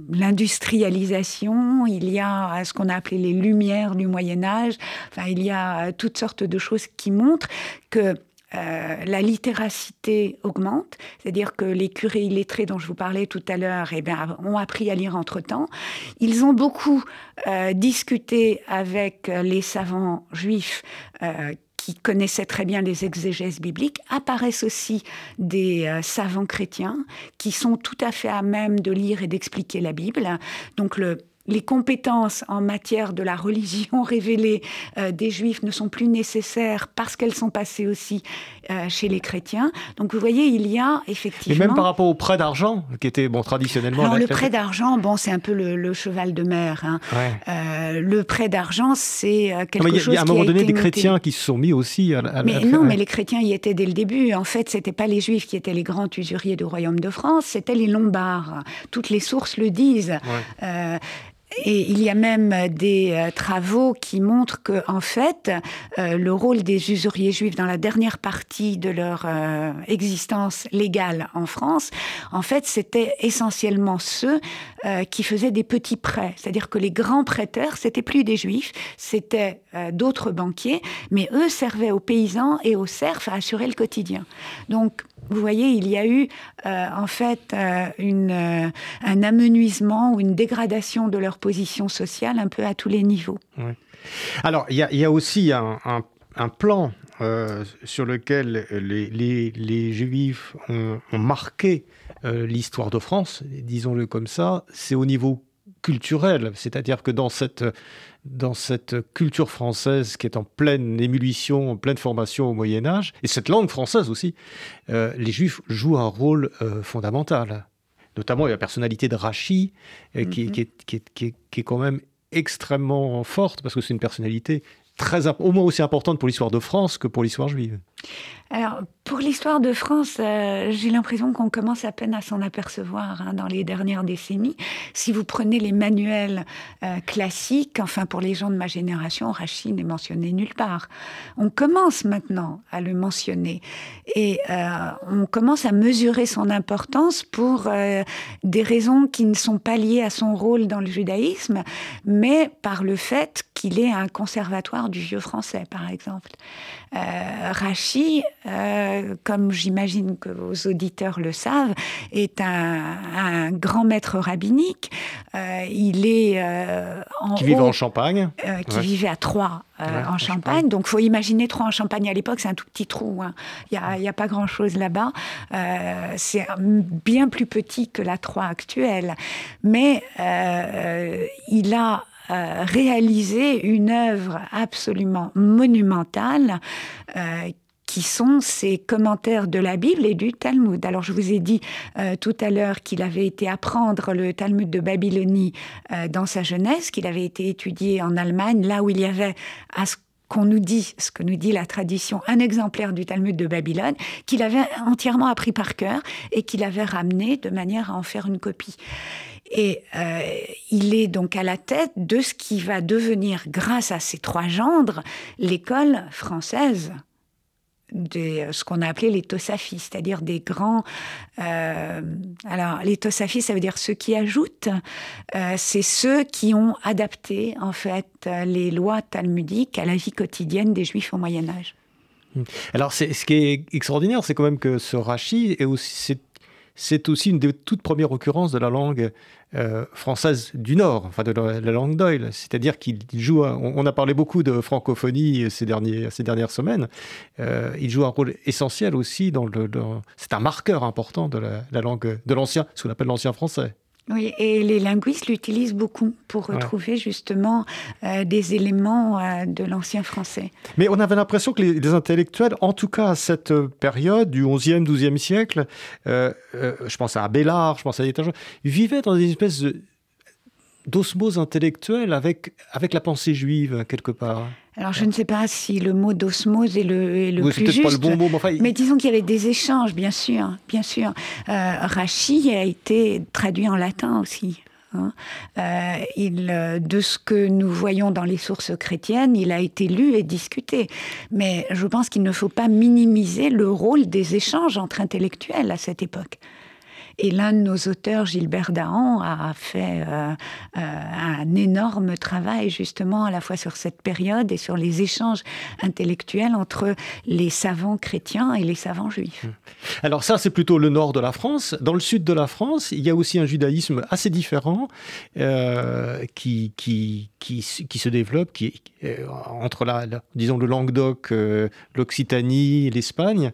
l'industrialisation, il y a ce qu'on a appelé les Lumières du Moyen-Âge. Enfin, il y a toutes sortes de choses qui montrent que Euh, la littéracité augmente, c'est-à-dire que les curés illettrés dont je vous parlais tout à l'heure eh bien, ont appris à lire entre-temps. Ils ont beaucoup euh, discuté avec les savants juifs euh, qui connaissaient très bien les exégèses bibliques. Apparaissent aussi des euh, savants chrétiens qui sont tout à fait à même de lire et d'expliquer la Bible. Donc le Les compétences en matière de la religion révélée euh, des Juifs ne sont plus nécessaires parce qu'elles sont passées aussi euh, chez les chrétiens. Donc vous voyez, il y a effectivement... Et même par rapport au prêt d'argent, qui était bon, traditionnellement... Alors la... le prêt d'argent, bon, c'est un peu le, le cheval de mer. Hein. Ouais. Euh, le prêt d'argent, c'est quelque non, chose qui a été... Il y a à un moment donné des chrétiens qui se sont mis aussi... À, à, mais à... non, mais les chrétiens y étaient dès le début. En fait, ce n'étaient pas les Juifs qui étaient les grands usuriers du royaume de France, c'était les Lombards. Toutes les sources le disent. Ouais. Euh, Et il y a même des euh, travaux qui montrent que, en fait, euh, le rôle des usuriers juifs dans la dernière partie de leur euh, existence légale en France, en fait, c'était essentiellement ceux euh, qui faisaient des petits prêts. C'est-à-dire que les grands prêteurs, c'était plus des juifs, c'était euh, d'autres banquiers, mais eux servaient aux paysans et aux serfs à assurer le quotidien. Donc, vous voyez, il y a eu euh, en fait euh, une, euh, un amenuisement ou une dégradation de leur position sociale un peu à tous les niveaux. Oui. Alors, il y a, il y a aussi un, un, un plan euh, sur lequel les, les, les Juifs ont, ont marqué euh, l'histoire de France, disons-le comme ça, c'est au niveau culturel, c'est-à-dire que dans cette... dans cette culture française qui est en pleine ébullition, en pleine formation au Moyen-Âge, et cette langue française aussi, euh, les Juifs jouent un rôle euh, fondamental. Notamment, il y a la personnalité de Rachi, euh, qui, mm-hmm. qui, est, qui, est, qui, est, qui est quand même extrêmement forte, parce que c'est une personnalité très, au moins aussi importante pour l'histoire de France que pour l'histoire juive. Alors, pour l'histoire de France, euh, j'ai l'impression qu'on commence à peine à s'en apercevoir hein, dans les dernières décennies. Si vous prenez les manuels euh, classiques, enfin pour les gens de ma génération, Rachi n'est mentionné nulle part. On commence maintenant à le mentionner et euh, on commence à mesurer son importance pour euh, des raisons qui ne sont pas liées à son rôle dans le judaïsme, mais par le fait qu'il est un conservatoire du vieux français, par exemple. Euh, Rachi, euh, comme j'imagine que vos auditeurs le savent, est un, un grand maître rabbinique. Euh, il est euh, en qui vivait haut, en Champagne, euh, qui ouais. vivait à Troyes euh, ouais, en Champagne. Champagne. Donc, faut imaginer Troyes en Champagne à l'époque, c'est un tout petit trou. Hein. Il y a, il y a pas grand-chose là-bas. Euh, c'est bien plus petit que la Troyes actuelle, mais euh, il a Euh, réaliser une œuvre absolument monumentale euh, qui sont ses commentaires de la Bible et du Talmud. Alors, je vous ai dit euh, tout à l'heure qu'il avait été apprendre le Talmud de Babylonie euh, dans sa jeunesse, qu'il avait été étudié en Allemagne, là où il y avait à ce qu'on nous dit, ce que nous dit la tradition, un exemplaire du Talmud de Babylone, qu'il avait entièrement appris par cœur et qu'il avait ramené de manière à en faire une copie. Et euh, il est donc à la tête de ce qui va devenir, grâce à ses trois gendres, l'école française de ce qu'on a appelé les Tosafis, c'est-à-dire des grands... Euh, alors, les Tosafis, ça veut dire ceux qui ajoutent. Euh, c'est ceux qui ont adapté, en fait, les lois talmudiques à la vie quotidienne des Juifs au Moyen-Âge. Alors, c'est, ce qui est extraordinaire, c'est quand même que ce Rachi est aussi... C'est... c'est aussi une des toutes premières occurrences de la langue euh, française du Nord, enfin de la, la langue d'Oïl. C'est-à-dire qu'il joue, un, on a parlé beaucoup de francophonie ces, derniers, ces dernières semaines, euh, il joue un rôle essentiel aussi dans le... Dans, c'est un marqueur important de la, la langue de l'ancien, ce qu'on appelle l'ancien français. Oui, et les linguistes l'utilisent beaucoup pour retrouver ouais. justement euh, des éléments euh, de l'ancien français. Mais on avait l'impression que les, les intellectuels, en tout cas à cette période du onzième, douzième siècle, euh, euh, je pense à Abélard, je pense à Détageant, vivaient dans une espèce de, d'osmose intellectuelle avec, avec la pensée juive, quelque part. Alors, je ne sais pas si le mot d'osmose est le, est le oui, plus c'est juste, pas le bon mot, mais, enfin, mais disons qu'il y avait des échanges, bien sûr, bien sûr. Euh, Rachi a été traduit en latin aussi. Hein. Euh, il, de ce que nous voyons dans les sources chrétiennes, il a été lu et discuté. Mais je pense qu'il ne faut pas minimiser le rôle des échanges entre intellectuels à cette époque. Et l'un de nos auteurs, Gilbert Dahan, a fait euh, euh, un énorme travail justement à la fois sur cette période et sur les échanges intellectuels entre les savants chrétiens et les savants juifs. Alors ça, c'est plutôt le nord de la France. Dans le sud de la France, il y a aussi un judaïsme assez différent euh, qui, qui, qui, qui se développe qui, euh, entre la, la, disons, le Languedoc, euh, l'Occitanie, l'Espagne,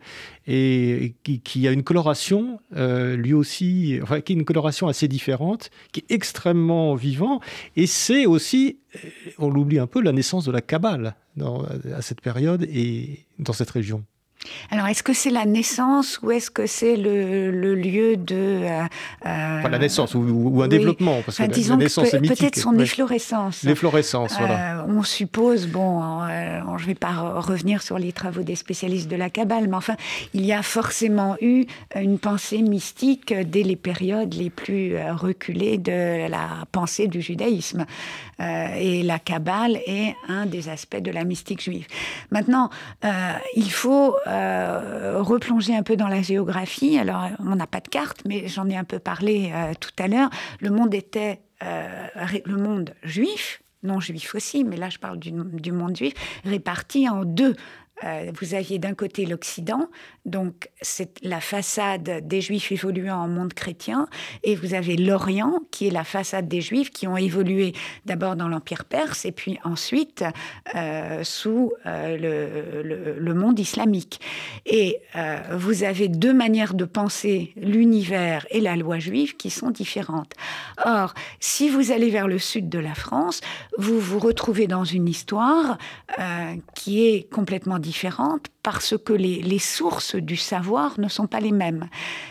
et qui, qui a une coloration, euh, lui aussi, enfin, qui a une coloration assez différente, qui est extrêmement vivant, et c'est aussi, on l'oublie un peu, la naissance de la Kabbale dans, à cette période et dans cette région. Alors, est-ce que c'est la naissance ou est-ce que c'est le, le lieu de... Euh, enfin, la naissance ou, ou un oui. développement, parce enfin, que la, la naissance peut, est mythique. Peut-être son ouais. efflorescence. L'efflorescence, euh, voilà. On suppose, bon, euh, je ne vais pas revenir sur les travaux des spécialistes de la Kabbale, mais enfin, il y a forcément eu une pensée mystique dès les périodes les plus reculées de la pensée du judaïsme. Euh, et la Kabbale est un des aspects de la mystique juive. Maintenant, euh, il faut... Euh, replonger un peu dans la géographie. Alors, on n'a pas de carte, mais j'en ai un peu parlé euh, tout à l'heure. Le monde était euh, ré- le monde juif, non juif aussi, mais là je parle du, du monde juif, réparti en deux. Euh, vous aviez d'un côté l'Occident, donc c'est la façade des Juifs évoluant en monde chrétien, et vous avez l'Orient, qui est la façade des Juifs qui ont évolué d'abord dans l'Empire perse, et puis ensuite euh, sous euh, le, le, le monde islamique. Et euh, vous avez deux manières de penser l'univers et la loi juive qui sont différentes. Or, si vous allez vers le sud de la France, vous vous retrouvez dans une histoire euh, qui est complètement différente, différentes parce que les, les sources du savoir ne sont pas les mêmes.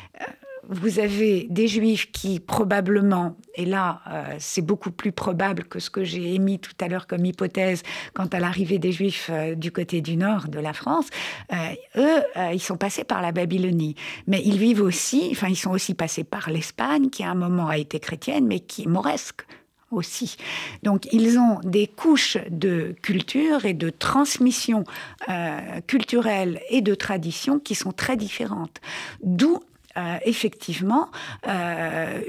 Vous avez des Juifs qui, probablement, et là, euh, c'est beaucoup plus probable que ce que j'ai émis tout à l'heure comme hypothèse quant à l'arrivée des Juifs euh, du côté du nord de la France, euh, eux, euh, ils sont passés par la Babylonie. Mais ils vivent aussi, enfin, ils sont aussi passés par l'Espagne, qui à un moment a été chrétienne, mais qui est mauresque aussi. Donc, ils ont des couches de culture et de transmission euh, culturelle et de tradition qui sont très différentes. D'où, euh, effectivement, euh,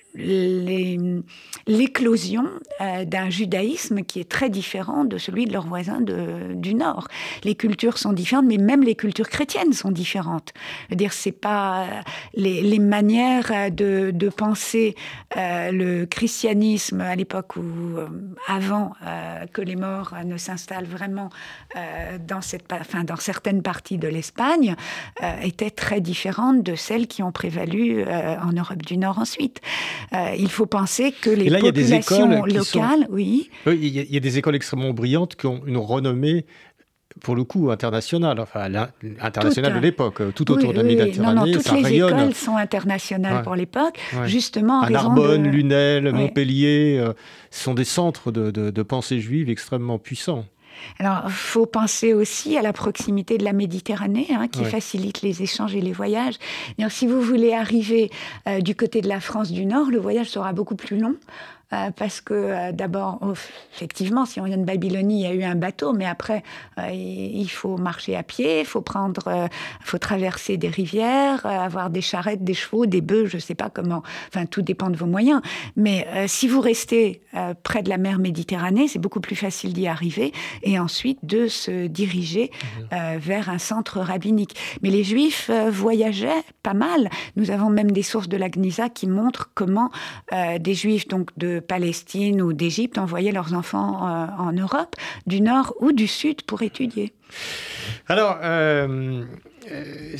les, l'éclosion euh, d'un judaïsme qui est très différent de celui de leurs voisins de, du Nord. Les cultures sont différentes, mais même les cultures chrétiennes sont différentes. C'est-à-dire, c'est pas les, les manières de, de penser euh, le christianisme à l'époque où, euh, avant euh, que les morts ne s'installent vraiment euh, dans, cette, enfin, dans certaines parties de l'Espagne, euh, étaient très différentes de celles qui ont prévalu euh, en Europe du Nord ensuite. Euh, il faut penser que les là, populations locales... Sont... Oui, oui il, y a, il y a des écoles extrêmement brillantes qui ont une renommée, pour le coup, internationale, enfin internationale de l'époque, tout autour oui, de la Méditerranée. Oui, non, non, toutes ça les rayonne. écoles sont internationales ouais. pour l'époque, ouais. justement en à raison Narbonne, de... Lunel, ouais. Montpellier, euh, ce sont des centres de, de, de pensée juive extrêmement puissants. Alors, il faut penser aussi à la proximité de la Méditerranée, hein, qui ouais. facilite les échanges et les voyages. Alors, si vous voulez arriver euh, du côté de la France du Nord, le voyage sera beaucoup plus long. euh, parce que euh, d'abord, oh, effectivement, si on vient de Babylonie, il y a eu un bateau, mais après, euh, il faut marcher à pied, il faut prendre, euh, faut traverser des rivières, euh, avoir des charrettes, des chevaux, des bœufs, je ne sais pas comment, enfin, tout dépend de vos moyens. Mais euh, si vous restez euh, près de la mer Méditerranée, c'est beaucoup plus facile d'y arriver, et ensuite de se diriger euh, vers un centre rabbinique. Mais les Juifs euh, voyageaient pas mal. Nous avons même des sources de la Gnisa qui montrent comment euh, des Juifs donc de Palestine ou d'Égypte envoyaient leurs enfants euh, en Europe, du nord ou du sud, pour étudier. Alors, euh, euh,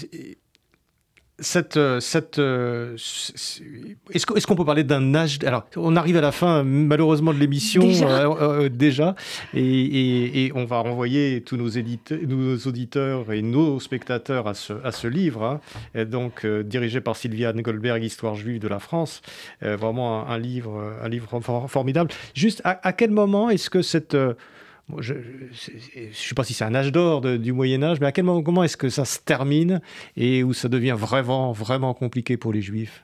cette, cette, euh, est-ce, que, est-ce qu'on peut parler d'un âge... Alors, on arrive à la fin, malheureusement, de l'émission, déjà, euh, euh, déjà et, et, et on va renvoyer tous nos, éditeurs, nos auditeurs et nos spectateurs à ce, à ce livre, hein, et donc euh, dirigé par Sylviane Goldberg, Histoire juive de la France. Euh, vraiment un, un, livre, un livre for, formidable. Juste, à, à quel moment est-ce que cette... Euh, Bon, je ne sais pas si c'est un âge d'or de, du Moyen-Âge, mais à quel moment comment est-ce que ça se termine et où ça devient vraiment, vraiment compliqué pour les Juifs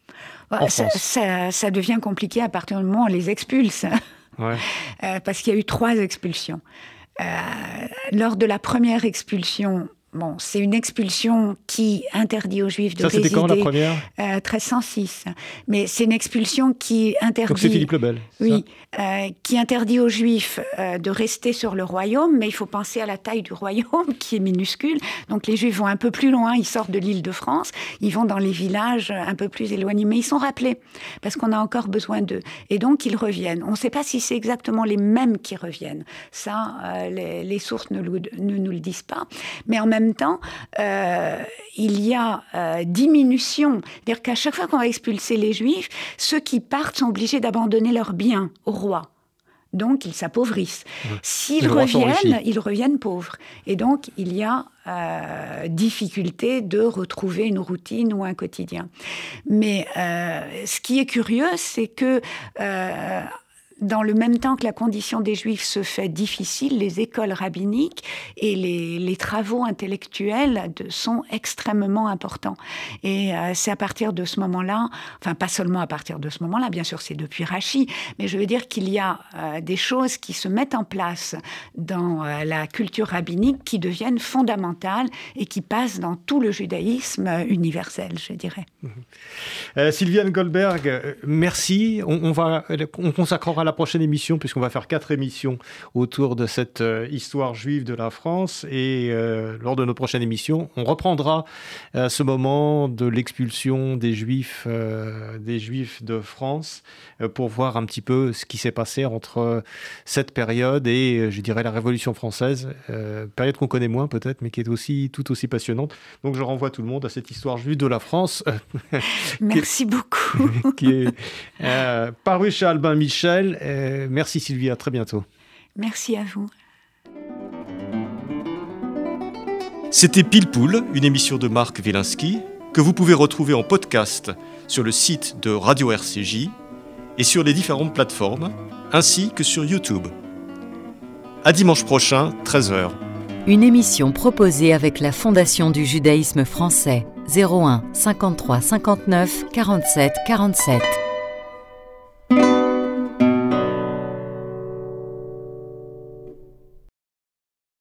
en ça, France ça, ça devient compliqué à partir du moment où on les expulse. Ouais. euh, parce qu'il y a eu trois expulsions. Euh, lors de la première expulsion, bon, c'est une expulsion qui interdit aux Juifs de ça, résider. Ça, c'était quand, la première euh, treize cent six. Mais c'est une expulsion qui interdit... Donc c'est Philippe le Bel. Oui, euh, qui interdit aux Juifs euh, de rester sur le royaume, mais il faut penser à la taille du royaume, qui est minuscule. Donc les Juifs vont un peu plus loin, ils sortent de l'île de France, ils vont dans les villages un peu plus éloignés, mais ils sont rappelés, parce qu'on a encore besoin d'eux. Et donc ils reviennent. On ne sait pas si c'est exactement les mêmes qui reviennent. Ça, euh, les, les sources ne, ne nous le disent pas. Mais en même temps, euh, il y a euh, diminution. C'est-à-dire qu'à chaque fois qu'on va expulser les Juifs, ceux qui partent sont obligés d'abandonner leurs biens au roi. Donc, ils s'appauvrissent. Mmh. S'ils reviennent, ils reviennent pauvres. Et donc, il y a euh, difficulté de retrouver une routine ou un quotidien. Mais euh, ce qui est curieux, c'est que... Euh, dans le même temps que la condition des Juifs se fait difficile, les écoles rabbiniques et les, les travaux intellectuels de, sont extrêmement importants. Et euh, c'est à partir de ce moment-là, enfin pas seulement à partir de ce moment-là, bien sûr c'est depuis Rachi, mais je veux dire qu'il y a euh, des choses qui se mettent en place dans euh, la culture rabbinique qui deviennent fondamentales et qui passent dans tout le judaïsme universel, je dirais. Euh, Sylviane Goldberg, merci. On, on, va, on consacrera la prochaine émission, puisqu'on va faire quatre émissions autour de cette euh, histoire juive de la France. Et euh, lors de notre prochaine émission, on reprendra euh, ce moment de l'expulsion des Juifs, euh, des Juifs de France euh, pour voir un petit peu ce qui s'est passé entre cette période et, euh, je dirais, la Révolution française. Euh, période qu'on connaît moins peut-être, mais qui est aussi, tout aussi passionnante. Donc je renvoie tout le monde à cette histoire juive de la France. Merci qui est, beaucoup. Qui est euh, paru chez Albin Michel. Euh, merci Sylvie, à très bientôt. Merci à vous. C'était Pile Poule, une émission de Marc Wielinski, que vous pouvez retrouver en podcast sur le site de Radio R C J et sur les différentes plateformes, ainsi que sur YouTube. À dimanche prochain, treize heures. Une émission proposée avec la Fondation du judaïsme français, zéro un cinquante-trois cinquante-neuf quarante-sept quarante-sept.